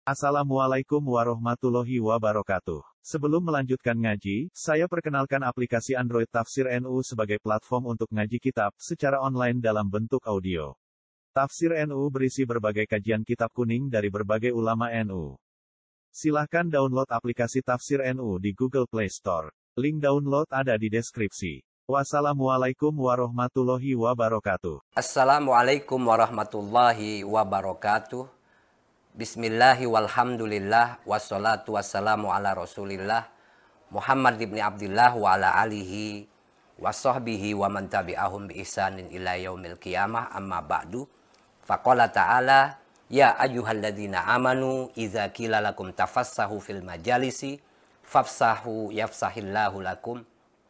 Assalamualaikum warahmatullahi wabarakatuh. Sebelum melanjutkan ngaji, saya perkenalkan aplikasi Android Tafsir NU sebagai platform untuk ngaji kitab secara online dalam bentuk audio. Tafsir NU berisi berbagai kajian kitab kuning dari berbagai ulama NU. Silahkan download aplikasi Tafsir NU di Google Play Store. Link download ada di deskripsi. Wassalamualaikum warahmatullahi wabarakatuh. Assalamualaikum warahmatullahi wabarakatuh. Bismillahi walhamdulillah wassalatu wassalamu ala rasulillah Muhammad ibn Abdillah wa ala alihi wa sahbihi wa man tabi'ahum bi ihsanin ila yaumil qiyamah amma ba'du. Faqala ta'ala ya ayyuhalladzina amanu idza qila lakum tafassahu fil majalisi fafsahu yafsahillahu lakum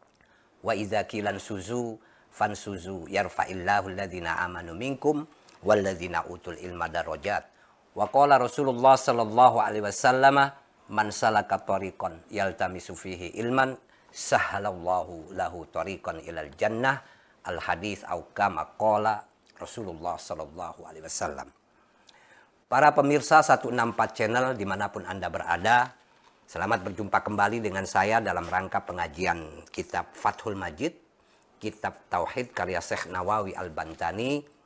wa idza qila suzu fansuzu yarfa'illahu alladzina amanu minkum walladzina utul ilma darajat. Wa qala Rasulullah sallallahu alaihi wasallam man salaka tariqan yaltamisu fihi ilman sahhalallahu lahu tariqan ilal jannah. Al hadis au kama qala Rasulullah sallallahu alaihi wasallam. Para pemirsa 164 channel dimanapun Anda berada, selamat berjumpa kembali dengan saya dalam rangka pengajian kitab Fathul Majid, kitab Tauhid karya Syekh Nawawi Al-Bantani,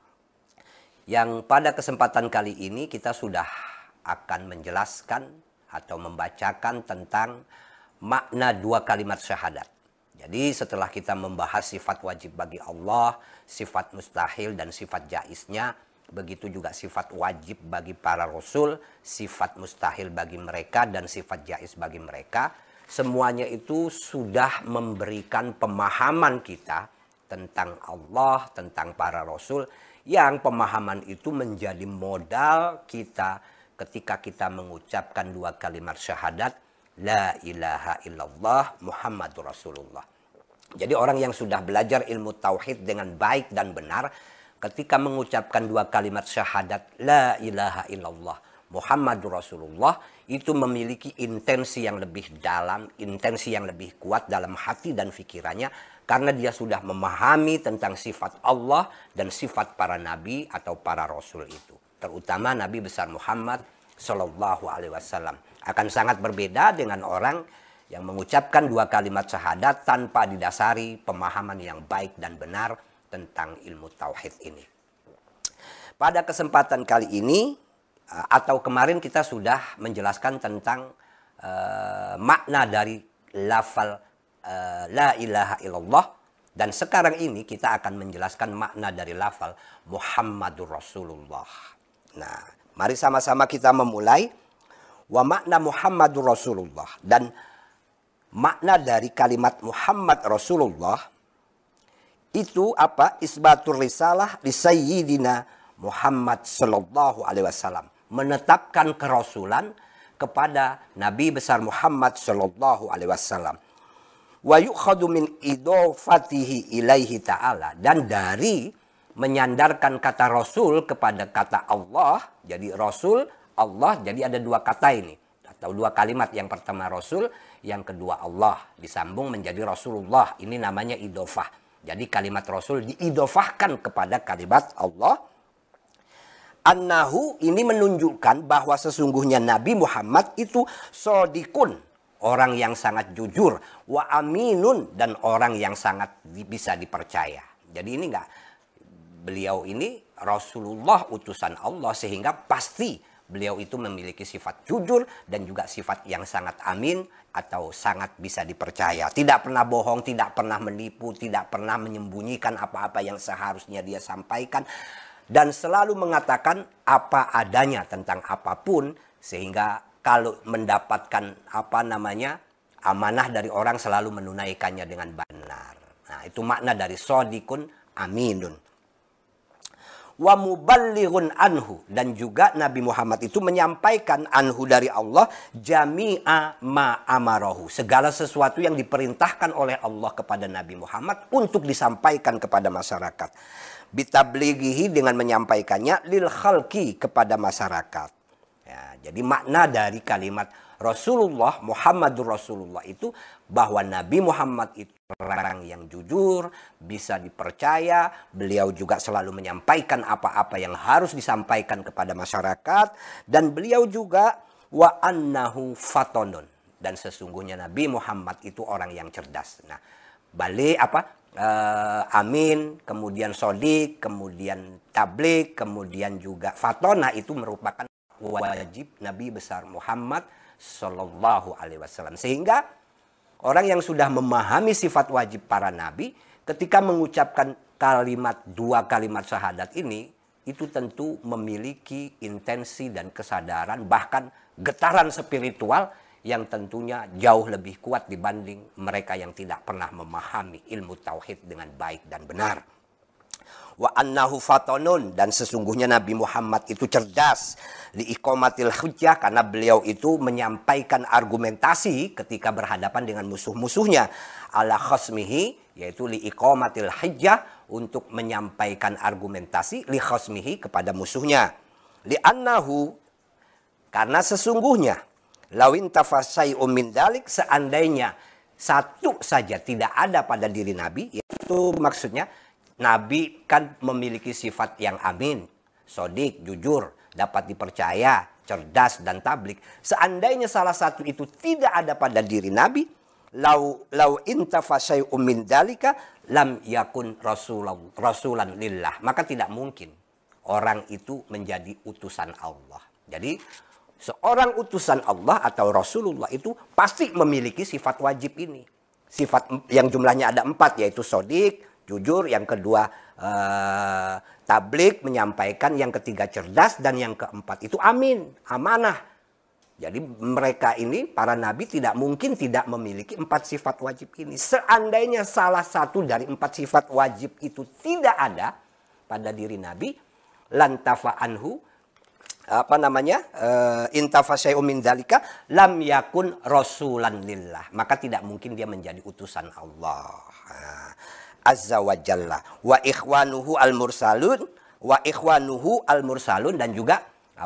yang pada kesempatan kali ini kita sudah akan menjelaskan atau membacakan tentang makna dua kalimat syahadat. Jadi setelah kita membahas sifat wajib bagi Allah, sifat mustahil dan sifat jaiznya, begitu juga sifat wajib bagi para rasul, sifat mustahil bagi mereka dan sifat jaiz bagi mereka, semuanya itu sudah memberikan pemahaman kita tentang Allah, tentang para rasul, yang pemahaman itu menjadi modal kita ketika kita mengucapkan dua kalimat syahadat la ilaha illallah Muhammadur Rasulullah. Jadi orang yang sudah belajar ilmu tauhid dengan baik dan benar, ketika mengucapkan dua kalimat syahadat la ilaha illallah Muhammadur Rasulullah, itu memiliki intensi yang lebih dalam, intensi yang lebih kuat dalam hati dan pikirannya, karena dia sudah memahami tentang sifat Allah dan sifat para nabi atau para rasul itu. Terutama Nabi besar Muhammad Sallallahu Alaihi Wasallam. Akan sangat berbeda dengan orang yang mengucapkan dua kalimat syahadat tanpa didasari pemahaman yang baik dan benar tentang ilmu tauhid ini. Pada kesempatan kali ini atau kemarin kita sudah menjelaskan tentang makna dari lafal la ilaha illallah, dan sekarang ini kita akan menjelaskan makna dari lafal Muhammadur Rasulullah. Nah, mari sama-sama kita memulai wa makna Muhammadur Rasulullah. Dan makna dari kalimat Muhammad Rasulullah itu apa? Isbatur risalah li sayyidina Muhammad sallallahu alaihi wasallam, menetapkan kerasulan kepada Nabi besar Muhammad sallallahu alaihi wasallam. Wa yukhadu min idofatihi ilaihi ta'ala, dan dari menyandarkan kata Rasul kepada kata Allah. Jadi Rasul, Allah, jadi ada dua kata ini atau dua kalimat. Yang pertama Rasul, yang kedua Allah, disambung menjadi Rasulullah. Ini namanya idofah. Jadi kalimat Rasul diidofahkan kepada kalimat Allah. Annahu, ini menunjukkan bahwa sesungguhnya Nabi Muhammad itu sodikun, orang yang sangat jujur, wa aminun, dan orang yang sangat bisa dipercaya. Jadi ini beliau ini Rasulullah utusan Allah, sehingga pasti beliau itu memiliki sifat jujur dan juga sifat yang sangat amin atau sangat bisa dipercaya. Tidak pernah bohong, tidak pernah menipu, tidak pernah menyembunyikan apa-apa yang seharusnya dia sampaikan, dan selalu mengatakan apa adanya tentang apapun, sehingga kalau mendapatkan amanah dari orang selalu menunaikannya dengan benar. Nah, itu makna dari sodikun aminun. Wa muballighun anhu, dan juga Nabi Muhammad itu menyampaikan anhu dari Allah jami'a ma amarahu, segala sesuatu yang diperintahkan oleh Allah kepada Nabi Muhammad untuk disampaikan kepada masyarakat. Bitablighihi, dengan menyampaikannya lil khalqi, kepada masyarakat. Ya, jadi makna dari kalimat Rasulullah, Muhammadur Rasulullah itu bahwa Nabi Muhammad itu orang yang jujur, bisa dipercaya. Beliau juga selalu menyampaikan apa-apa yang harus disampaikan kepada masyarakat. Dan beliau juga wa annahu fatonun, dan sesungguhnya Nabi Muhammad itu orang yang cerdas. Nah, balik amin, kemudian sodik, kemudian tablik, kemudian juga fatona itu merupakan wajib Nabi besar Muhammad Sallallahu Alaihi Wasallam. Sehingga orang yang sudah memahami sifat wajib para nabi, ketika mengucapkan dua kalimat syahadat ini, itu tentu memiliki intensi dan kesadaran, bahkan getaran spiritual yang tentunya jauh lebih kuat dibanding mereka yang tidak pernah memahami ilmu tauhid dengan baik dan benar. Wa annahu fatonun, dan sesungguhnya Nabi Muhammad itu cerdas, liiqomatil hujjah, karena beliau itu menyampaikan argumentasi ketika berhadapan dengan musuh-musuhnya, ala khasmihi, yaitu liiqomatil hujjah, untuk menyampaikan argumentasi li khasmihi, kepada musuhnya. Li annahu, karena sesungguhnya lawin tafasai'um min dalik, seandainya satu saja tidak ada pada diri Nabi, yaitu maksudnya Nabi kan memiliki sifat yang amin, sodik, jujur, dapat dipercaya, cerdas, dan tablik. Seandainya salah satu itu tidak ada pada diri Nabi, lau intafasai'um min dalika lam yakun rasulan lillah, maka tidak mungkin orang itu menjadi utusan Allah. Jadi seorang utusan Allah atau Rasulullah itu pasti memiliki sifat wajib ini. Sifat yang jumlahnya ada 4, yaitu sodik, jujur, yang kedua tablik, menyampaikan, yang ketiga cerdas, dan yang keempat itu amin, amanah. Jadi mereka ini, para nabi, tidak mungkin tidak memiliki 4 sifat wajib ini. Seandainya salah satu dari 4 sifat wajib itu tidak ada pada diri Nabi, lantafa anhu, intafa syai'un min dzalika lam yakun rasulan lillah, maka tidak mungkin dia menjadi utusan Allah azza wa jalla. Wa ikhwanuhu al-mursalun, dan juga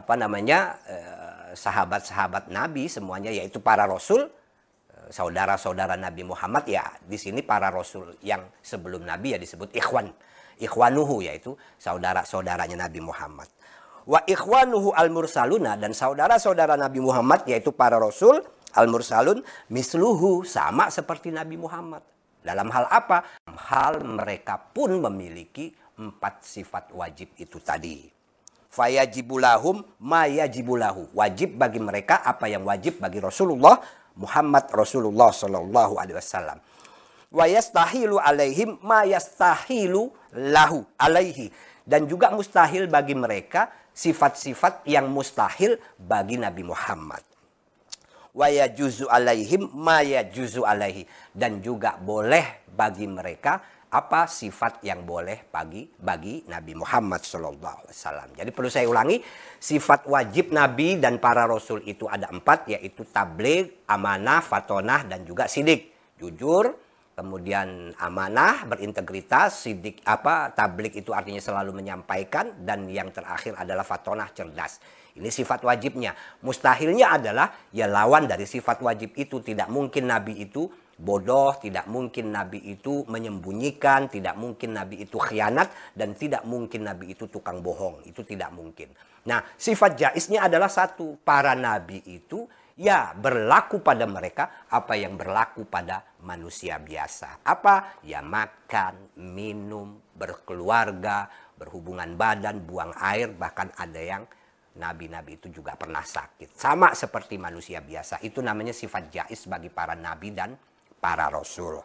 sahabat-sahabat Nabi semuanya, yaitu para rasul, saudara-saudara Nabi Muhammad. Ya, di sini para rasul yang sebelum Nabi ya disebut ikhwanuhu, yaitu saudara-saudaranya Nabi Muhammad. Wa ikhwanuhu al-mursaluna, dan saudara-saudara Nabi Muhammad yaitu para rasul al-mursalun misluhu, sama seperti Nabi Muhammad. Dalam hal apa? Hal mereka pun memiliki 4 sifat wajib itu tadi. Fayajibulahum ma yajibulahu, wajib bagi mereka apa yang wajib bagi Rasulullah Muhammad Rasulullah sallallahu alaihi wasallam. Wa yastahilu alaihim ma yastahilu lahu alaihi, dan juga mustahil bagi mereka sifat-sifat yang mustahil bagi Nabi Muhammad. Wa yajuzu alaihim ma yajuzu alaihi, dan juga boleh bagi mereka apa sifat yang boleh bagi Nabi Muhammad sallallahu alaihi wasallam. Jadi perlu saya ulangi, sifat wajib Nabi dan para rasul itu ada 4, yaitu tabligh, amanah, fatonah, dan juga sidik, jujur. Kemudian amanah, berintegritas, sidik tablik itu artinya selalu menyampaikan, dan yang terakhir adalah fatonah, cerdas. Ini sifat wajibnya. Mustahilnya adalah ya lawan dari sifat wajib itu. Tidak mungkin Nabi itu bodoh, tidak mungkin Nabi itu menyembunyikan, tidak mungkin Nabi itu khianat, dan tidak mungkin Nabi itu tukang bohong. Itu tidak mungkin. Nah, sifat jaiznya adalah satu, para Nabi itu ya berlaku pada mereka apa yang berlaku pada manusia biasa. Apa? Ya makan, minum, berkeluarga, berhubungan badan, buang air, bahkan ada yang nabi-nabi itu juga pernah sakit. Sama seperti manusia biasa. Itu namanya sifat jaiz bagi para nabi dan para rasul.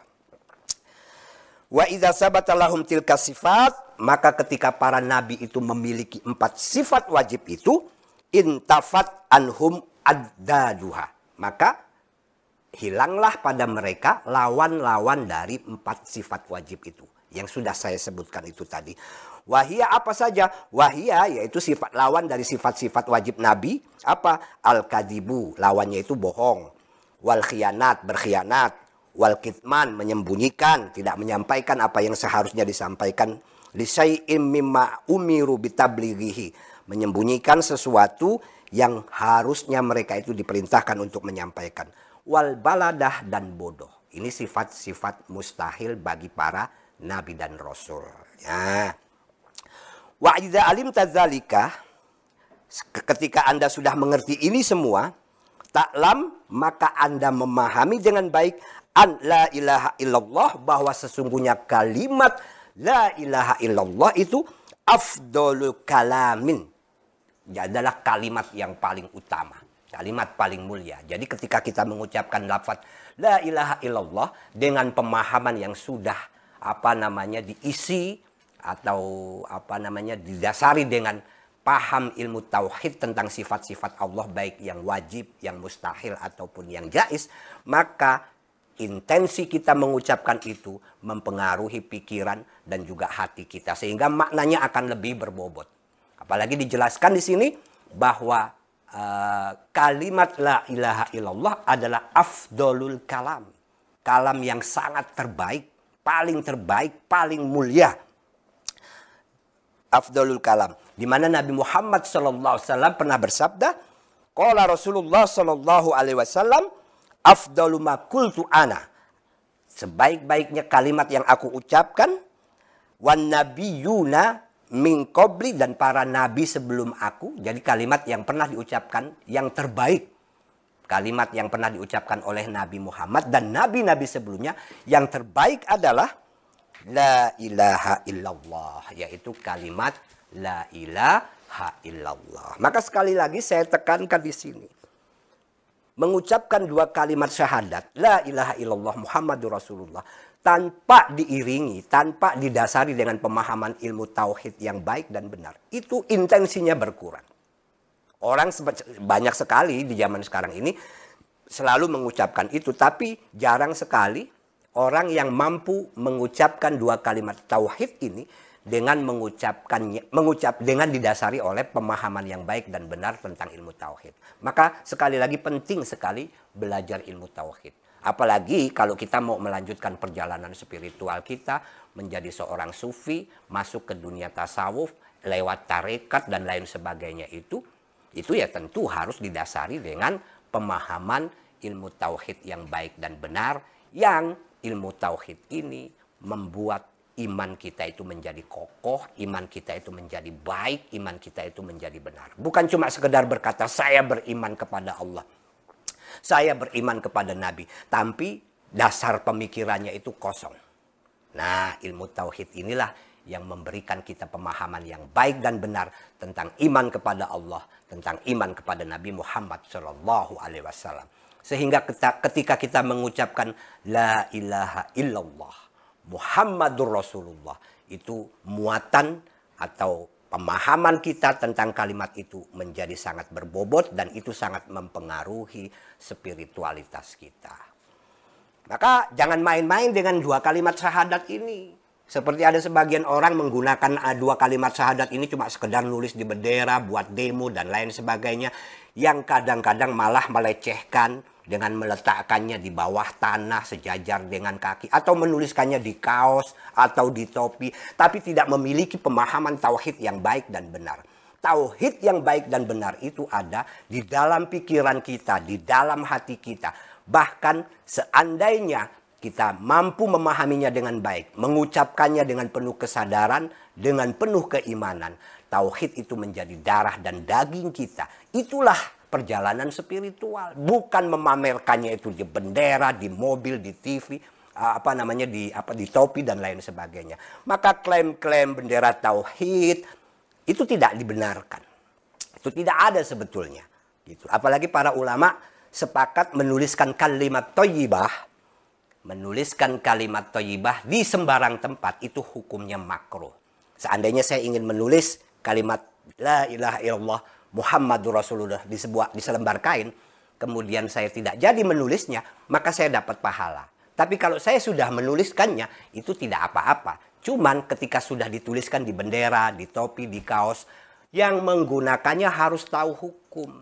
Wa idza sabata lahum tilka sifat, maka ketika para nabi itu memiliki 4 sifat wajib itu, intafat anhum addaduha, maka hilanglah pada mereka lawan-lawan dari 4 sifat wajib itu yang sudah saya sebutkan itu tadi. Wahia apa saja? Wahia yaitu sifat lawan dari sifat-sifat wajib Nabi. Apa? Al-kadibu, lawannya itu bohong. Wal khianat, berkhianat. Wal kitman, menyembunyikan, tidak menyampaikan apa yang seharusnya disampaikan. Lisai'im mimma umiru bitablighihi, menyembunyikan sesuatu yang harusnya mereka itu diperintahkan untuk menyampaikan. Wal baladah, dan bodoh. Ini sifat-sifat mustahil bagi para nabi dan rasul. Ya. Wa idza alim tadzalika, ketika Anda sudah mengerti ini semua, Ta'lam, maka Anda memahami dengan baik an la ilaha illallah, bahwa sesungguhnya kalimat la ilaha illallah itu afdolul kalamin, adalah kalimat yang paling utama, kalimat paling mulia. Jadi ketika kita mengucapkan lafaz la ilaha illallah dengan pemahaman yang sudah diisi atau didasari dengan paham ilmu tauhid tentang sifat-sifat Allah, baik yang wajib, yang mustahil ataupun yang jaiz, maka intensi kita mengucapkan itu mempengaruhi pikiran dan juga hati kita, sehingga maknanya akan lebih berbobot. Apalagi dijelaskan di sini bahwa kalimat la ilaha illallah adalah afdolul kalam, kalam yang sangat terbaik, paling mulia. Afdolul kalam, di mana Nabi Muhammad SAW pernah bersabda, qala Rasulullah SAW, afdalu ma qultu ana, sebaik-baiknya kalimat yang aku ucapkan, wan nabiyuna min qabli, dan para nabi sebelum aku. Jadi kalimat yang pernah diucapkan yang terbaik, kalimat yang pernah diucapkan oleh Nabi Muhammad dan nabi-nabi sebelumnya, yang terbaik adalah la ilaha illallah, yaitu kalimat la ilaha illallah. Maka sekali lagi saya tekankan di sini, mengucapkan dua kalimat syahadat la ilaha illallah Muhammadur Rasulullah tanpa diiringi, tanpa didasari dengan pemahaman ilmu tauhid yang baik dan benar, itu intensinya berkurang. Orang banyak sekali di zaman sekarang ini selalu mengucapkan itu, tapi jarang sekali orang yang mampu mengucapkan dua kalimat tauhid ini dengan dengan didasari oleh pemahaman yang baik dan benar tentang ilmu tauhid. Maka sekali lagi penting sekali belajar ilmu tauhid. Apalagi kalau kita mau melanjutkan perjalanan spiritual kita menjadi seorang sufi, masuk ke dunia tasawuf lewat tarekat dan lain sebagainya, itu ya tentu harus didasari dengan pemahaman ilmu tauhid yang baik dan benar, yang ilmu tauhid ini membuat iman kita itu menjadi kokoh, iman kita itu menjadi baik, iman kita itu menjadi benar. Bukan cuma sekedar berkata saya beriman kepada Allah, saya beriman kepada Nabi, tapi dasar pemikirannya itu kosong. Nah, ilmu tauhid inilah yang memberikan kita pemahaman yang baik dan benar tentang iman kepada Allah, tentang iman kepada Nabi Muhammad SAW. Sehingga ketika kita mengucapkan la ilaha illallah Muhammadur Rasulullah, itu muatan atau pemahaman kita tentang kalimat itu menjadi sangat berbobot, dan itu sangat mempengaruhi spiritualitas kita. Maka jangan main-main dengan dua kalimat syahadat ini. Seperti ada sebagian orang menggunakan dua kalimat syahadat ini cuma sekedar nulis di bendera, buat demo dan lain sebagainya, yang kadang-kadang malah melecehkan dengan meletakkannya di bawah tanah sejajar dengan kaki, atau menuliskannya di kaos atau di topi, tapi tidak memiliki pemahaman tauhid yang baik dan benar. Tauhid yang baik dan benar itu ada di dalam pikiran kita, di dalam hati kita. Bahkan seandainya kita mampu memahaminya dengan baik, mengucapkannya dengan penuh kesadaran, dengan penuh keimanan, tauhid itu menjadi darah dan daging kita. Itulah perjalanan spiritual, bukan memamerkannya itu di bendera, di mobil, di TV, di topi dan lain sebagainya. Maka klaim-klaim bendera tauhid itu tidak dibenarkan. Itu tidak ada sebetulnya. Gitu. Apalagi para ulama sepakat menuliskan kalimat thayyibah, menuliskan kalimat thayyibah di sembarang tempat itu hukumnya makruh. Seandainya saya ingin menulis kalimat la ilaha illallah Muhammadur Rasulullah di selembar kain, kemudian saya tidak jadi menulisnya, maka saya dapat pahala. Tapi kalau saya sudah menuliskannya, itu tidak apa-apa. Cuman ketika sudah dituliskan di bendera, di topi, di kaos, yang menggunakannya harus tahu hukum.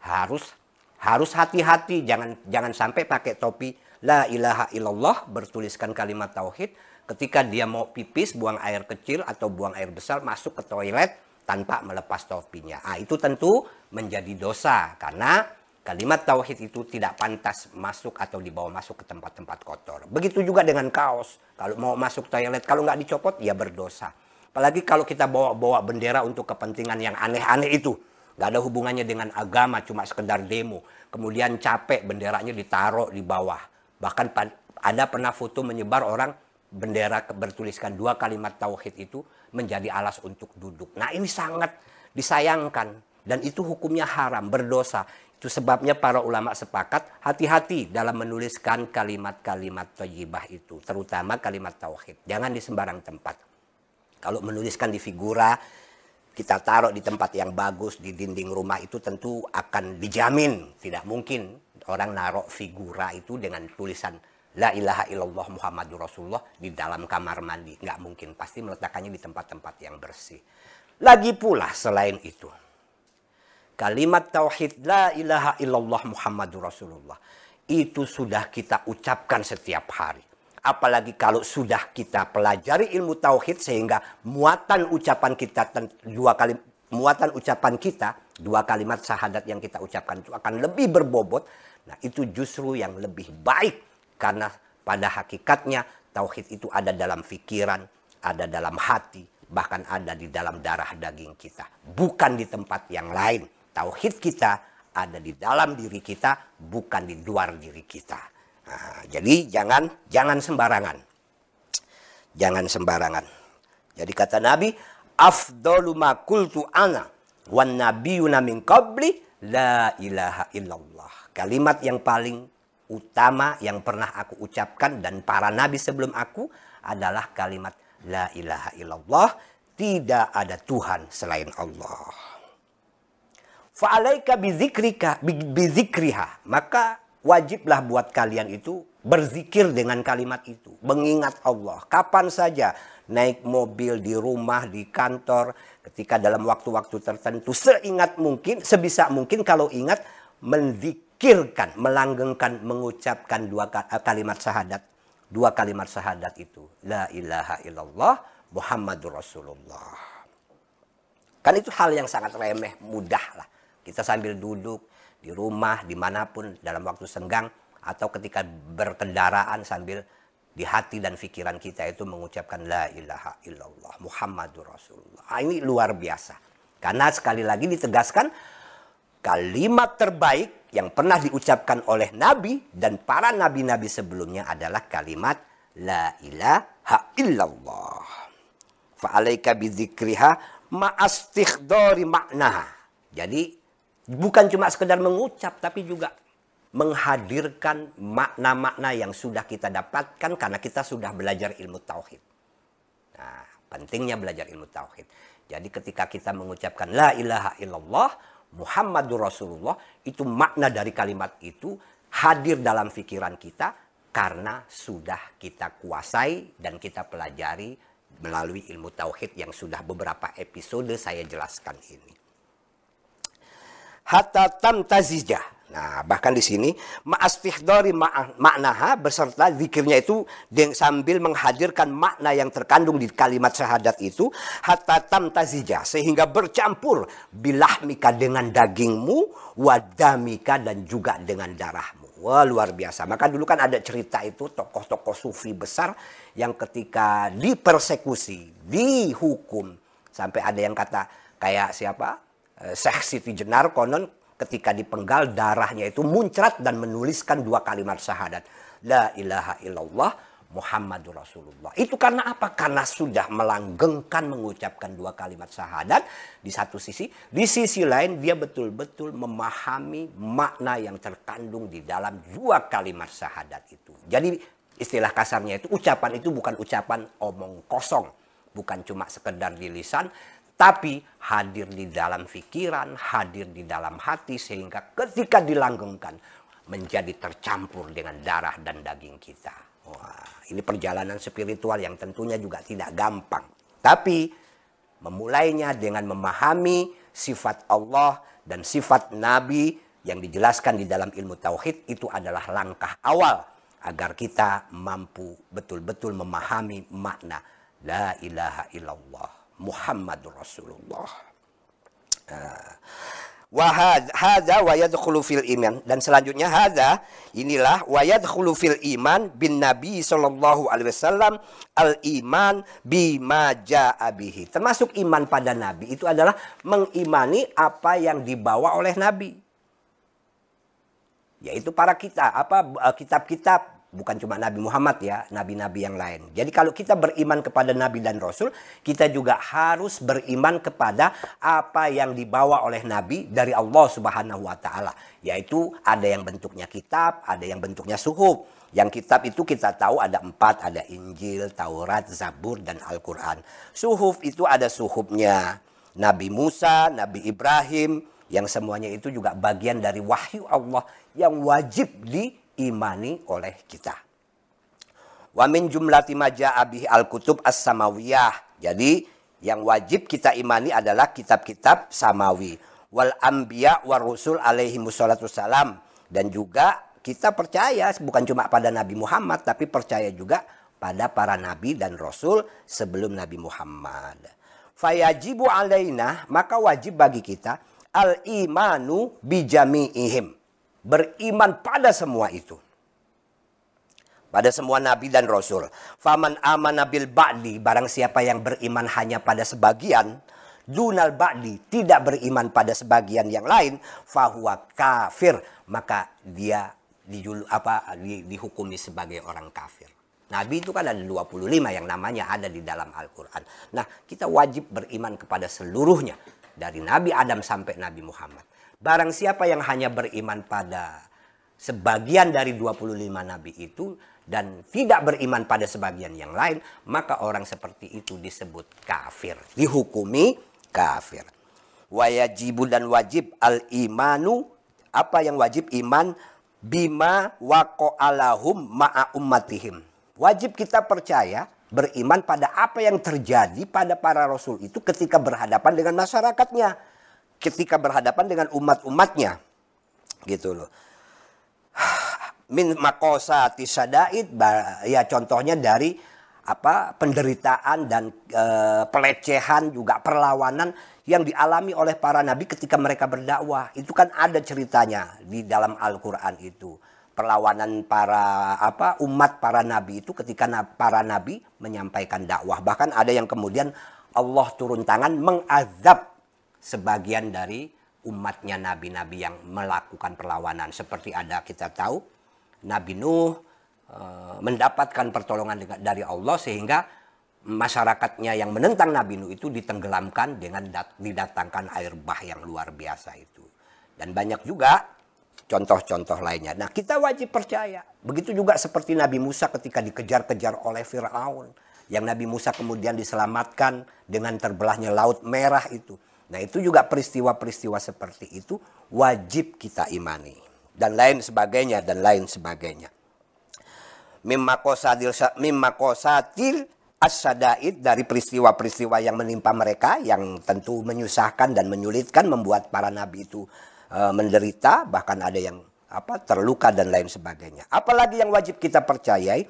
Harus hati-hati, jangan sampai pakai topi la ilaha illallah bertuliskan kalimat tauhid, ketika dia mau pipis, buang air kecil atau buang air besar, masuk ke toilet tanpa melepas topinya. Itu tentu menjadi dosa, karena kalimat tauhid itu tidak pantas masuk atau dibawa masuk ke tempat-tempat kotor. Begitu juga dengan kaos. Kalau mau masuk toilet, kalau nggak dicopot, ya berdosa. Apalagi kalau kita bawa bendera untuk kepentingan yang aneh-aneh itu. Nggak ada hubungannya dengan agama, cuma sekedar demo. kemudian capek benderanya ditaruh di bawah. Bahkan ada pernah foto menyebar orang bendera bertuliskan 2 kalimat tauhid itu menjadi alas untuk duduk. Nah ini sangat disayangkan dan itu hukumnya haram, berdosa. Itu sebabnya para ulama sepakat hati-hati dalam menuliskan kalimat-kalimat thayyibah itu, terutama kalimat tauhid. Jangan di sembarang tempat. Kalau menuliskan di figura, kita taruh di tempat yang bagus, di dinding rumah itu tentu akan dijamin. Tidak mungkin orang naruh figura itu dengan tulisan La ilaha illallah Muhammadur Rasulullah di dalam kamar mandi. Nggak mungkin, pasti meletakkannya di tempat-tempat yang bersih. Lagi pula selain itu, kalimat tauhid La ilaha illallah Muhammadur Rasulullah itu sudah kita ucapkan setiap hari. Apalagi kalau sudah kita pelajari ilmu tauhid sehingga muatan ucapan kita dua kalimat syahadat yang kita ucapkan itu akan lebih berbobot. Nah, itu justru yang lebih baik karena pada hakikatnya tauhid itu ada dalam pikiran, ada dalam hati, bahkan ada di dalam darah daging kita, bukan di tempat yang lain. Tauhid kita ada di dalam diri kita, bukan di luar diri kita. Nah, jadi jangan sembarangan. Jangan sembarangan. Jadi kata Nabi, afdalu ma qultu ana wan nabiyuna min qabli la ilaha illallah. Kalimat yang paling utama yang pernah aku ucapkan dan para nabi sebelum aku adalah kalimat la ilaha illallah, tidak ada Tuhan selain Allah. Fa'alaika bizikriha, maka wajiblah buat kalian itu berzikir dengan kalimat itu, mengingat Allah kapan saja, naik mobil, di rumah, di kantor, ketika dalam waktu-waktu tertentu, seingat mungkin, sebisa mungkin kalau ingat menzikirkan, melanggengkan, mengucapkan dua kalimat syahadat itu, la ilaha illallah Muhammadur Rasulullah. Kan itu hal yang sangat remeh, mudah lah. Kita sambil duduk di rumah, dimanapun, dalam waktu senggang, atau ketika berkendaraan sambil di hati dan pikiran kita itu mengucapkan la ilaha illallah Muhammadur Rasulullah. Ini luar biasa. Karena sekali lagi ditegaskan, kalimat terbaik yang pernah diucapkan oleh Nabi dan para nabi-nabi sebelumnya adalah kalimat la ilaha illallah. Fa'alaika bidzikriha ma'astikhdari maknaha. Jadi bukan cuma sekedar mengucap, tapi juga menghadirkan makna-makna yang sudah kita dapatkan karena kita sudah belajar ilmu tauhid. Nah, pentingnya belajar ilmu tauhid. Jadi ketika kita mengucapkan la ilaha illallah Muhammadur Rasulullah, itu makna dari kalimat itu hadir dalam pikiran kita karena sudah kita kuasai dan kita pelajari melalui ilmu tauhid yang sudah beberapa episode saya jelaskan ini. Hatta tamtazijah. Nah, bahkan di sini ma'astihdari maknaha beserta zikirnya itu sambil menghadirkan makna yang terkandung di kalimat syahadat itu, hatta tamtazijah, sehingga bercampur bilahmika dengan dagingmu, wadamika dan juga dengan darahmu. Wah, luar biasa. Maka dulu kan ada cerita itu tokoh-tokoh sufi besar yang ketika dipersekusi, dihukum, sampai ada yang kata kayak siapa? Syekh Siti Jenar konon ketika dipenggal darahnya itu muncrat dan menuliskan dua kalimat syahadat. La ilaha illallah Muhammadur Rasulullah. Itu karena apa? Karena sudah melanggengkan mengucapkan dua kalimat syahadat di satu sisi. Di sisi lain dia betul-betul memahami makna yang terkandung di dalam dua kalimat syahadat itu. Jadi istilah kasarnya itu ucapan itu bukan ucapan omong kosong. Bukan cuma sekedar di lisan. Tapi hadir di dalam pikiran, hadir di dalam hati sehingga ketika dilanggengkan menjadi tercampur dengan darah dan daging kita. Wah, ini perjalanan spiritual yang tentunya juga tidak gampang. Tapi memulainya dengan memahami sifat Allah dan sifat Nabi yang dijelaskan di dalam ilmu tauhid itu adalah langkah awal agar kita mampu betul-betul memahami makna la ilaha illallah Muhammadur Rasulullah. Hadza wa yadkhulu fil iman, dan selanjutnya hadza inilah wa yadkhulu fil iman bin Nabi sallallahu alaihi wasallam al iman bima jaa bihi. Termasuk iman pada Nabi itu adalah mengimani apa yang dibawa oleh Nabi. yaitu para kitab-kitab, bukan cuma Nabi Muhammad ya, nabi-nabi yang lain. Jadi kalau kita beriman kepada Nabi dan Rasul, kita juga harus beriman kepada apa yang dibawa oleh Nabi dari Allah Subhanahu wa Ta'ala. Yaitu ada yang bentuknya kitab, ada yang bentuknya suhuf. Yang kitab itu kita tahu ada 4, ada Injil, Taurat, Zabur, dan Al-Quran. Suhuf itu ada suhufnya Nabi Musa, Nabi Ibrahim, yang semuanya itu juga bagian dari wahyu Allah yang wajib diimani oleh kita. Wa min jumlati ma jaa bihi al-kutub as-samawiyah. Jadi yang wajib kita imani adalah kitab-kitab samawi. Wal anbiya wa rusul alaihi wassalatu wassalam. Dan juga kita percaya bukan cuma pada Nabi Muhammad, tapi percaya juga pada para nabi dan rasul sebelum Nabi Muhammad. Fayajibu alaina, maka wajib bagi kita al-imanu bijami'ihim. Beriman pada semua itu. Pada semua nabi dan rasul. Faman amana bil ba'di, barang siapa yang beriman hanya pada sebagian, dunal ba'di, tidak beriman pada sebagian yang lain, fahuwa kafir, maka dia dihukumi sebagai orang kafir. Nabi itu kan ada 25 yang namanya ada di dalam Al-Quran. Nah, kita wajib beriman kepada seluruhnya. Dari Nabi Adam sampai Nabi Muhammad. Barang siapa yang hanya beriman pada sebagian dari 25 nabi itu dan tidak beriman pada sebagian yang lain, maka orang seperti itu disebut kafir, dihukumi kafir. Wajibu dan wajib al-imanu, apa yang wajib? Iman bima waqa'alahum ma'a ummatihim. Wajib kita percaya, beriman pada apa yang terjadi pada para rasul itu ketika berhadapan dengan masyarakatnya, ketika berhadapan dengan umat-umatnya, gitu loh. Min maqasati sadaid, ya contohnya dari penderitaan dan pelecehan juga perlawanan yang dialami oleh para nabi ketika mereka berdakwah. Itu kan ada ceritanya di dalam Al-Quran itu. Perlawanan para umat para nabi itu ketika para nabi menyampaikan dakwah. Bahkan ada yang kemudian Allah turun tangan mengazab sebagian dari umatnya nabi-nabi yang melakukan perlawanan. Seperti ada kita tahu Nabi Nuh mendapatkan pertolongan dari Allah sehingga masyarakatnya yang menentang Nabi Nuh itu ditenggelamkan dengan didatangkan air bah yang luar biasa itu. Dan banyak juga contoh-contoh lainnya. Nah, kita wajib percaya. Begitu juga seperti Nabi Musa ketika dikejar-kejar oleh Fir'aun. Yang Nabi Musa kemudian diselamatkan dengan terbelahnya Laut Merah itu. Nah, itu juga peristiwa-peristiwa seperti itu wajib kita imani. Dan lain sebagainya, dan lain sebagainya. Mimma qasatil as-sadaid, dari peristiwa-peristiwa yang menimpa mereka, yang tentu menyusahkan dan menyulitkan, membuat para nabi itu menderita, bahkan ada yang terluka dan lain sebagainya. Apalagi yang wajib kita percayai,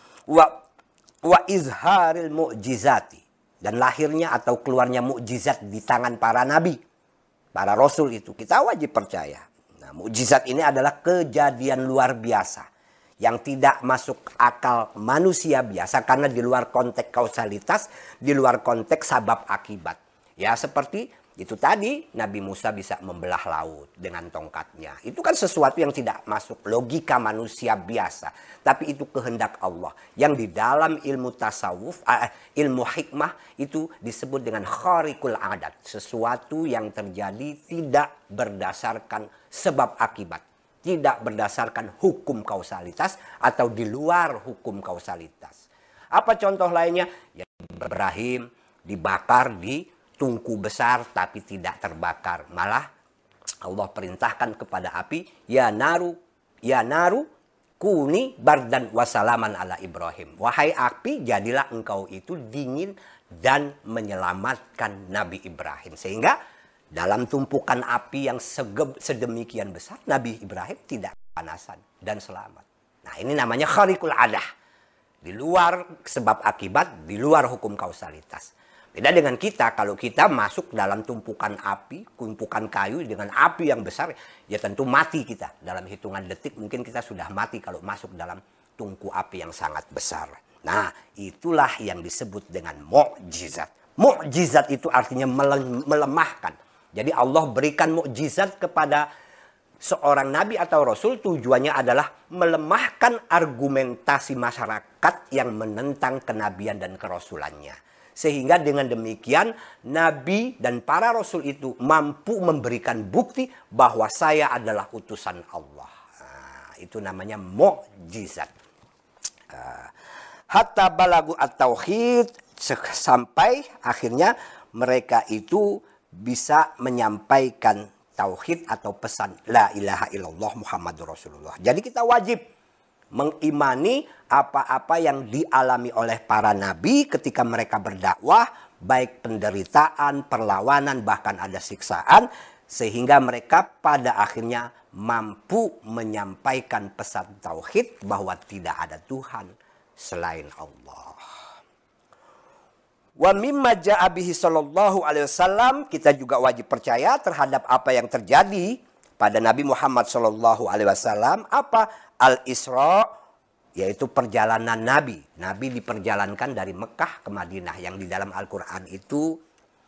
wa izharil mu'jizati, dan lahirnya atau keluarnya mukjizat di tangan para nabi, para rasul itu kita wajib percaya. Nah, mukjizat ini adalah kejadian luar biasa yang tidak masuk akal manusia biasa karena di luar konteks kausalitas, di luar konteks sabab akibat. Ya seperti itu tadi, Nabi Musa bisa membelah laut dengan tongkatnya. Itu kan sesuatu yang tidak masuk logika manusia biasa. Tapi itu kehendak Allah. Yang di dalam ilmu tasawuf, ilmu hikmah itu disebut dengan khariqul adat. Sesuatu yang terjadi tidak berdasarkan sebab akibat. Tidak berdasarkan hukum kausalitas atau di luar hukum kausalitas. Apa contoh lainnya? Ya, Ibrahim dibakar di tungku besar tapi tidak terbakar. Malah Allah perintahkan kepada api, ya naru kuni bardan wasalaman ala Ibrahim. Wahai api, jadilah engkau itu dingin dan menyelamatkan Nabi Ibrahim. Sehingga dalam tumpukan api yang sedemikian besar, Nabi Ibrahim tidak kepanasan dan selamat. Nah, ini namanya khariqul adah. Di luar sebab akibat, di luar hukum kausalitas. Beda dengan kita, kalau kita masuk dalam tumpukan api, tumpukan kayu dengan api yang besar, ya tentu mati kita. Dalam hitungan detik mungkin kita sudah mati kalau masuk dalam tungku api yang sangat besar. Nah, itulah yang disebut dengan mukjizat. Mukjizat itu artinya melemahkan. Jadi Allah berikan mukjizat kepada seorang nabi atau rasul tujuannya adalah melemahkan argumentasi masyarakat yang menentang kenabian dan kerasulannya. Sehingga dengan demikian nabi dan para rasul itu mampu memberikan bukti bahwa saya adalah utusan Allah. Nah, itu namanya mukjizat. Hatta balagu at-tauhid, sampai akhirnya mereka itu bisa menyampaikan tauhid atau pesan la ilaha illallah Muhammadur Rasulullah. Jadi kita wajib mengimani apa-apa yang dialami oleh para nabi ketika mereka berdakwah, baik penderitaan, perlawanan, bahkan ada siksaan, sehingga mereka pada akhirnya mampu menyampaikan pesan tauhid bahwa tidak ada Tuhan selain Allah. Wa mimma ja'a bihi sallallahu alaihi wasallam, kita juga wajib percaya terhadap apa yang terjadi pada Nabi Muhammad sallallahu alaihi wasallam. Apa? Al-Isra, yaitu perjalanan Nabi. Nabi diperjalankan dari Mekah ke Madinah, yang di dalam Al-Quran itu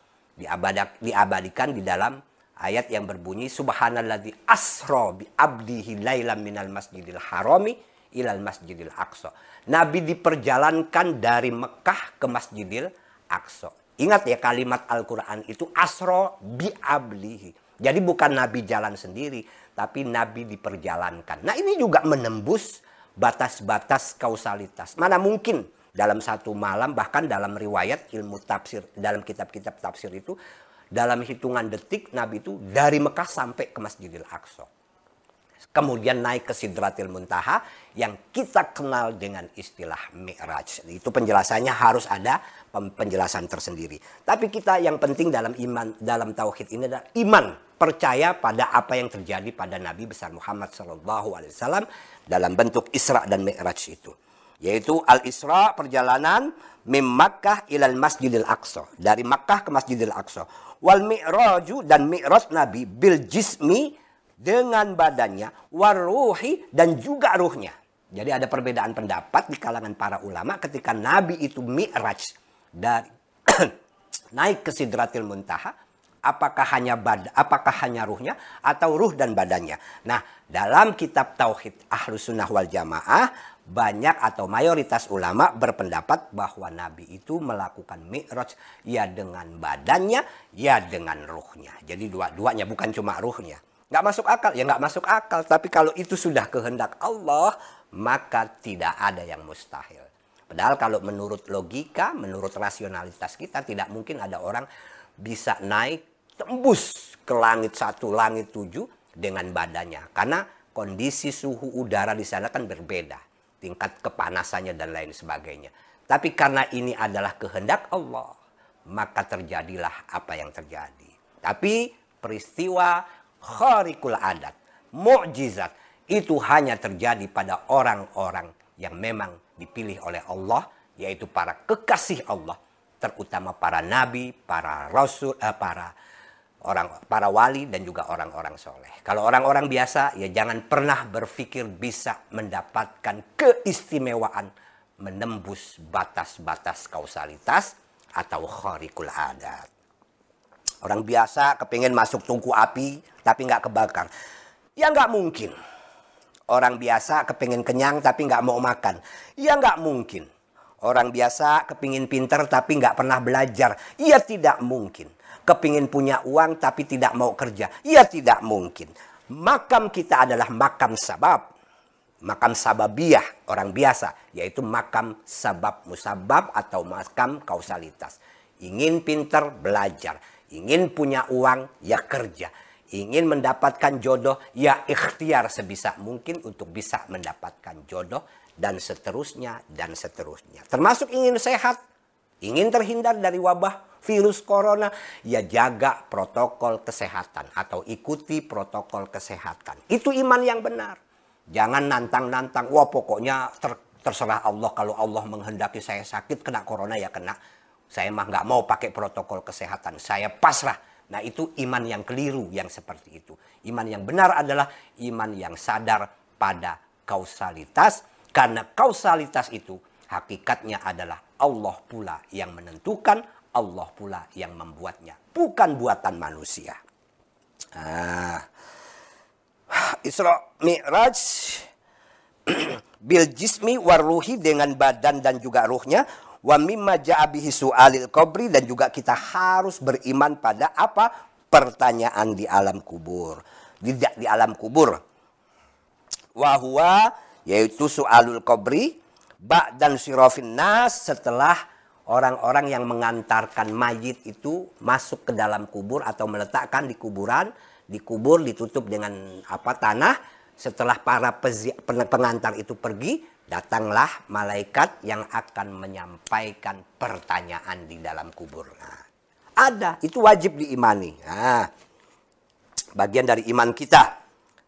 diabadikan di dalam ayat yang berbunyi subhanalladzi asra bi abdihi lailan minal masjidil harami ilal masjidil aqsa. Nabi diperjalankan dari Mekah ke Masjidil Aqsa. Ingat ya, kalimat Al-Quran itu asra bi abdihi. Jadi bukan Nabi jalan sendiri, tapi Nabi diperjalankan. Nah, ini juga menembus batas-batas kausalitas. Mana mungkin dalam satu malam, bahkan dalam riwayat ilmu tafsir, dalam kitab-kitab tafsir itu, dalam hitungan detik Nabi itu dari Mekah sampai ke Masjidil Aqsa. Kemudian naik ke Sidratil Muntaha yang kita kenal dengan istilah Mi'raj. Itu penjelasannya harus ada penjelasan tersendiri. Tapi kita yang penting dalam iman, dalam tauhid ini adalah iman, percaya pada apa yang terjadi pada Nabi besar Muhammad SAW dalam bentuk Isra dan Mi'raj itu. Yaitu Al-Isra, perjalanan mim Makkah ilal Masjidil Aqsa, dari Makkah ke Masjidil Aqsa. Wal Mi'raju, dan Mi'raj Nabi bil jismi, dengan badannya, waruhi, dan juga ruhnya. Jadi ada perbedaan pendapat di kalangan para ulama ketika Nabi itu Mi'raj dari naik ke Sidratil Muntaha, apakah hanya ruhnya atau ruh dan badannya. Nah, dalam kitab Tauhid Ahlus Sunnah wal Jamaah, banyak atau mayoritas ulama berpendapat bahwa Nabi itu melakukan Mi'raj ya dengan badannya, ya dengan ruhnya. Jadi dua-duanya, bukan cuma ruhnya. Nggak masuk akal, ya nggak masuk akal. Tapi kalau itu sudah kehendak Allah, maka tidak ada yang mustahil. Padahal kalau menurut logika, menurut rasionalitas kita, tidak mungkin ada orang bisa naik tembus ke langit 1, langit 7 dengan badannya. Karena kondisi suhu udara di sana kan berbeda. Tingkat kepanasannya dan lain sebagainya. Tapi karena ini adalah kehendak Allah, maka terjadilah apa yang terjadi. Tapi peristiwa khariqul adat, mukjizat, itu hanya terjadi pada orang-orang yang memang dipilih oleh Allah, yaitu para kekasih Allah, terutama para nabi, para rasul, para wali, dan juga orang-orang soleh. Kalau orang-orang biasa, ya jangan pernah berpikir bisa mendapatkan keistimewaan menembus batas-batas kausalitas atau khariqul adat. Orang biasa kepingin masuk tungku api tapi nggak kebakar. Ya nggak mungkin. Orang biasa kepingin kenyang tapi nggak mau makan. Ya nggak mungkin. Orang biasa kepingin pinter tapi nggak pernah belajar. Ya tidak mungkin. Kepingin punya uang tapi tidak mau kerja. Ya tidak mungkin. Makam kita adalah makam sabab. Makam sababiyah orang biasa. Yaitu makam sabab musabab atau makam kausalitas. Ingin pinter, belajar. Ingin punya uang, ya kerja. Ingin mendapatkan jodoh, ya ikhtiar sebisa mungkin untuk bisa mendapatkan jodoh. Dan seterusnya, dan seterusnya. Termasuk ingin sehat, ingin terhindar dari wabah virus corona, ya jaga protokol kesehatan. Atau ikuti protokol kesehatan. Itu iman yang benar. Jangan nantang-nantang, wah pokoknya terserah Allah. Kalau Allah menghendaki saya sakit, kena corona ya kena. Saya mah nggak mau pakai protokol kesehatan. Saya pasrah. Nah, itu iman yang keliru yang seperti itu. Iman yang benar adalah iman yang sadar pada kausalitas. Karena kausalitas itu hakikatnya adalah Allah pula yang menentukan. Allah pula yang membuatnya. Bukan buatan manusia. Isra Mi'raj bil jismi waruhi, dengan badan dan juga ruhnya. Wa mimma ja'a bihi su'alil qabri, dan juga kita harus beriman pada apa? Pertanyaan di alam kubur. Di alam kubur. Wa huwa, yaitu su'alul qabri ba'dan sirafin nas, setelah orang-orang yang mengantarkan mayit itu masuk ke dalam kubur atau meletakkan di kuburan, dikubur, ditutup dengan tanah. Setelah para pengantar itu pergi, datanglah malaikat yang akan menyampaikan pertanyaan di dalam kubur. Nah, ada, itu wajib diimani. Nah, bagian dari iman kita.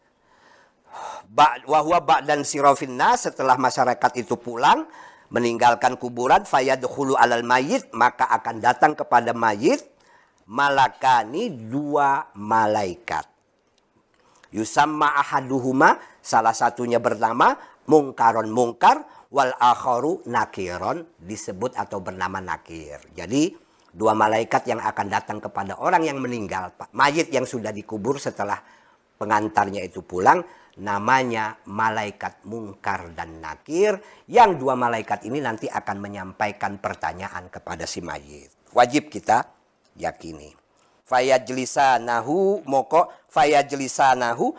Wahwa ba'dan sirafin nas, setelah masyarakat itu pulang meninggalkan kuburan, fayadkhulu alal mayit, maka akan datang kepada mayit malakani, dua malaikat. Yusamma ahaduhuma, salah satunya bernama mungkaron mungkar, wal akharu nakiron, disebut atau bernama nakir. Jadi dua malaikat yang akan datang kepada orang yang meninggal, mayit yang sudah dikubur setelah pengantarnya itu pulang, namanya malaikat mungkar dan nakir. Yang dua malaikat ini nanti akan menyampaikan pertanyaan kepada si mayit. Wajib kita yakini. Fayajlisanahu, moko fayajlisanahu,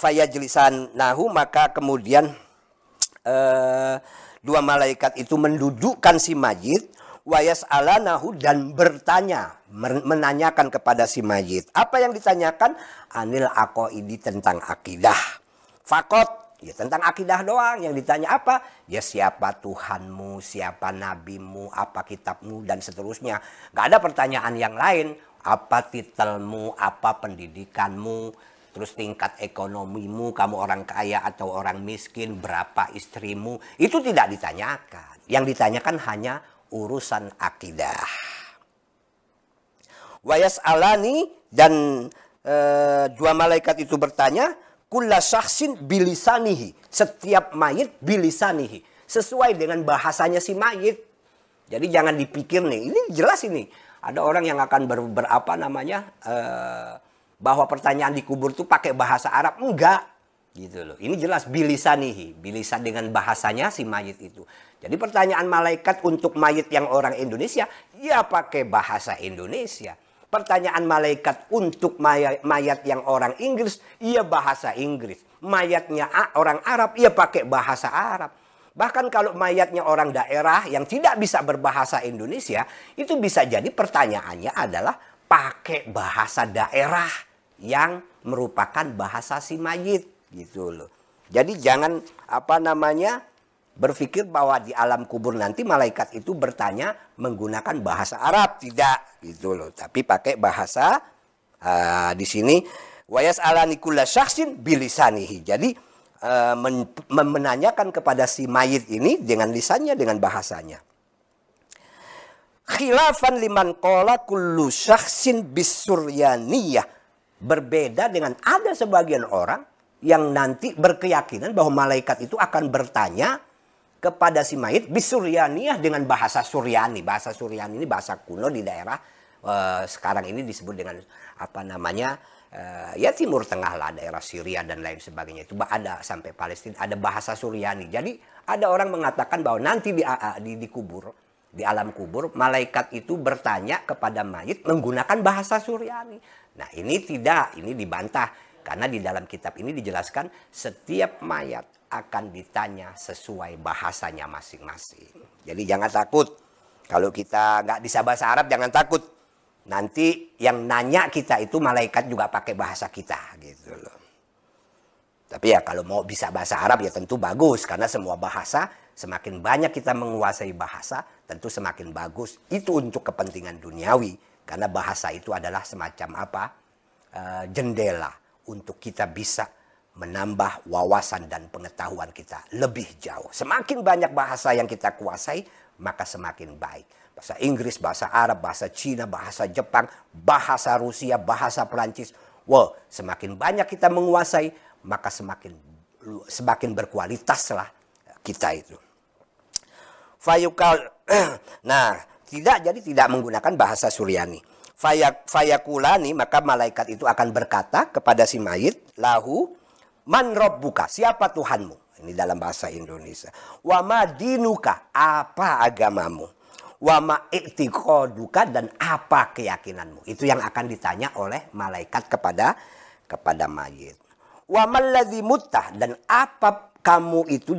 maka kemudian dua malaikat itu mendudukkan si mayit, wayas'alanahu, dan bertanya, menanyakan kepada si mayit. Apa yang ditanyakan? Anil aqaidi, tentang akidah. Fakot, ya tentang akidah doang. Yang ditanya apa? Ya siapa Tuhanmu, siapa nabimu, apa kitabmu, dan seterusnya. Gak ada pertanyaan yang lain. Apa titelmu, apa pendidikanmu, terus tingkat ekonomimu, kamu orang kaya atau orang miskin, berapa istrimu. Itu tidak ditanyakan. Yang ditanyakan hanya urusan akidah. Wayas'alani, dan dua malaikat itu bertanya, kulla syakhsin bilisanihi, setiap mayit bilisanihi, sesuai dengan bahasanya si mayit. Jadi jangan dipikir nih, ini jelas ini. Ada orang yang akan bahwa pertanyaan di kubur itu pakai bahasa Arab. Enggak. Gitu loh. Ini jelas bilisanihi, bilisan dengan bahasanya si mayit itu. Jadi pertanyaan malaikat untuk mayit yang orang Indonesia, ya pakai bahasa Indonesia. Pertanyaan malaikat untuk mayat yang orang Inggris, iya bahasa Inggris. Mayatnya orang Arab, iya pakai bahasa Arab. Bahkan kalau mayatnya orang daerah yang tidak bisa berbahasa Indonesia, itu bisa jadi pertanyaannya adalah pakai bahasa daerah yang merupakan bahasa si mayit, gitu loh. Jadi jangan berpikir bahwa di alam kubur nanti malaikat itu bertanya menggunakan bahasa Arab, tidak, gitu loh. Tapi pakai bahasa di sini wayas'alani kulla syakhsin bilisanihi. Jadi menanyakan kepada si mayit ini dengan lisannya, dengan bahasanya. Khilafan liman qala kullu syakhsin bisuryaniyah. Berbeda dengan ada sebagian orang yang nanti berkeyakinan bahwa malaikat itu akan bertanya kepada si mayit bisuryaniyah, dengan bahasa Suryani. Bahasa Suryani ini bahasa kuno di daerah sekarang ini disebut dengan ya Timur Tengah lah, daerah Syria dan lain sebagainya. Itu ada sampai Palestina, ada bahasa Suryani. Jadi ada orang mengatakan bahwa nanti di kubur, di alam kubur, malaikat itu bertanya kepada mayit menggunakan bahasa Suryani. Nah ini tidak, ini dibantah. Karena di dalam kitab ini dijelaskan setiap mayat akan ditanya sesuai bahasanya masing-masing. Jadi jangan takut. Kalau kita nggak bisa bahasa Arab, jangan takut. Nanti yang nanya kita itu malaikat juga pakai bahasa kita, gitu loh. Tapi ya kalau mau bisa bahasa Arab ya tentu bagus. Karena semua bahasa, semakin banyak kita menguasai bahasa, tentu semakin bagus. Itu untuk kepentingan duniawi. Karena bahasa itu adalah semacam jendela untuk kita bisa menambah wawasan dan pengetahuan kita lebih jauh. Semakin banyak bahasa yang kita kuasai, maka semakin baik. Bahasa Inggris, bahasa Arab, bahasa Cina, bahasa Jepang, bahasa Rusia, bahasa Perancis. Wow, semakin banyak kita menguasai, maka semakin berkualitaslah kita itu. Nah, tidak menggunakan bahasa Suryani. Fayakulani, maka malaikat itu akan berkata kepada si mayit, lahu, Man rabbuka, siapa Tuhanmu? Ini dalam bahasa Indonesia. Wa ma dinuka, apa agamamu? Wa ma i'tiqaduka, dan apa keyakinanmu? Itu yang akan ditanya oleh malaikat kepada mayit. Wa malladzi muttah, dan apa kamu itu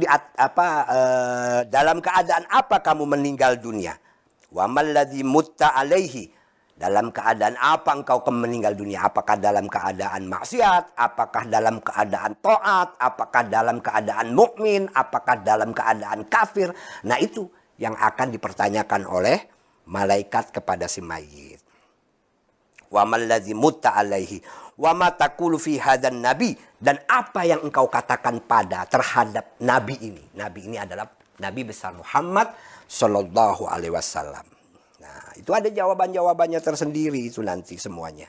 dalam keadaan apa kamu meninggal dunia? Wa malladzi mutta alaihi, dalam keadaan apa engkau meninggal dunia? Apakah dalam keadaan maksiat? Apakah dalam keadaan taat? Apakah dalam keadaan mukmin? Apakah dalam keadaan kafir? Nah, itu yang akan dipertanyakan oleh malaikat kepada si mayit. Wa mallazi mutta alaihi wa ma taqulu fi hadan nabi, dan apa yang engkau katakan terhadap nabi ini. Nabi ini adalah Nabi besar Muhammad sallallahu alaihi wasallam. Nah, itu ada jawaban-jawabannya tersendiri itu nanti semuanya.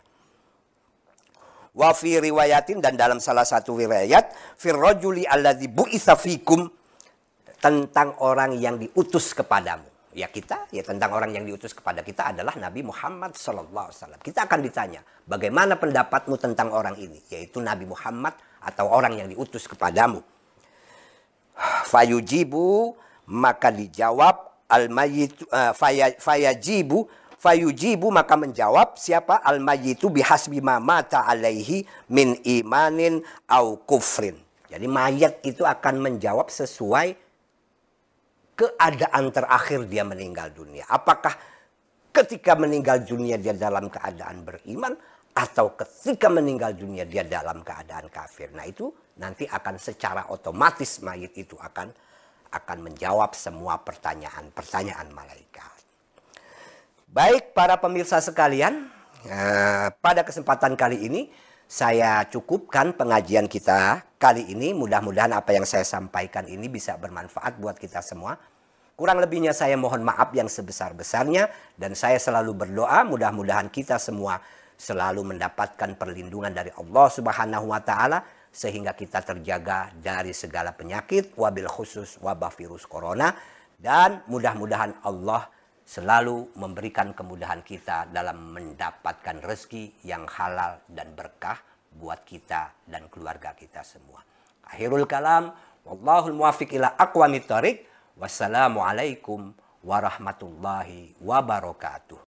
Wa fi riwayatin, dan dalam salah satu riwayat, fir rajuli alladzi bu'itsa fikum, tentang orang yang diutus kepadamu. Ya kita, ya tentang orang yang diutus kepada kita adalah Nabi Muhammad sallallahu alaihi wasallam. Kita akan ditanya, bagaimana pendapatmu tentang orang ini, yaitu Nabi Muhammad atau orang yang diutus kepadamu. Fayujibu, maka dijawab al-mayyitu, fayujibu, maka menjawab siapa? Al-mayyitu bihasbi ma mata alaihi min imanin au kufrin. Jadi mayat itu akan menjawab sesuai keadaan terakhir dia meninggal dunia. Apakah ketika meninggal dunia dia dalam keadaan beriman, atau ketika meninggal dunia dia dalam keadaan kafir. Nah, itu nanti akan secara otomatis mayit itu akan menjawab semua pertanyaan malaikat. Baik para pemirsa sekalian, pada kesempatan kali ini saya cukupkan pengajian kita kali ini. Mudah-mudahan apa yang saya sampaikan ini bisa bermanfaat buat kita semua. Kurang lebihnya saya mohon maaf yang sebesar-besarnya, dan saya selalu berdoa mudah-mudahan kita semua selalu mendapatkan perlindungan dari Allah Subhanahu wa taala, sehingga kita terjaga dari segala penyakit, wabil khusus wabah virus corona, dan mudah-mudahan Allah selalu memberikan kemudahan kita dalam mendapatkan rezeki yang halal dan berkah buat kita dan keluarga kita semua. Akhirul kalam, wallahul muwaffiq ila aqwamit thoriq. Wassalamualaikum warahmatullahi wabarakatuh.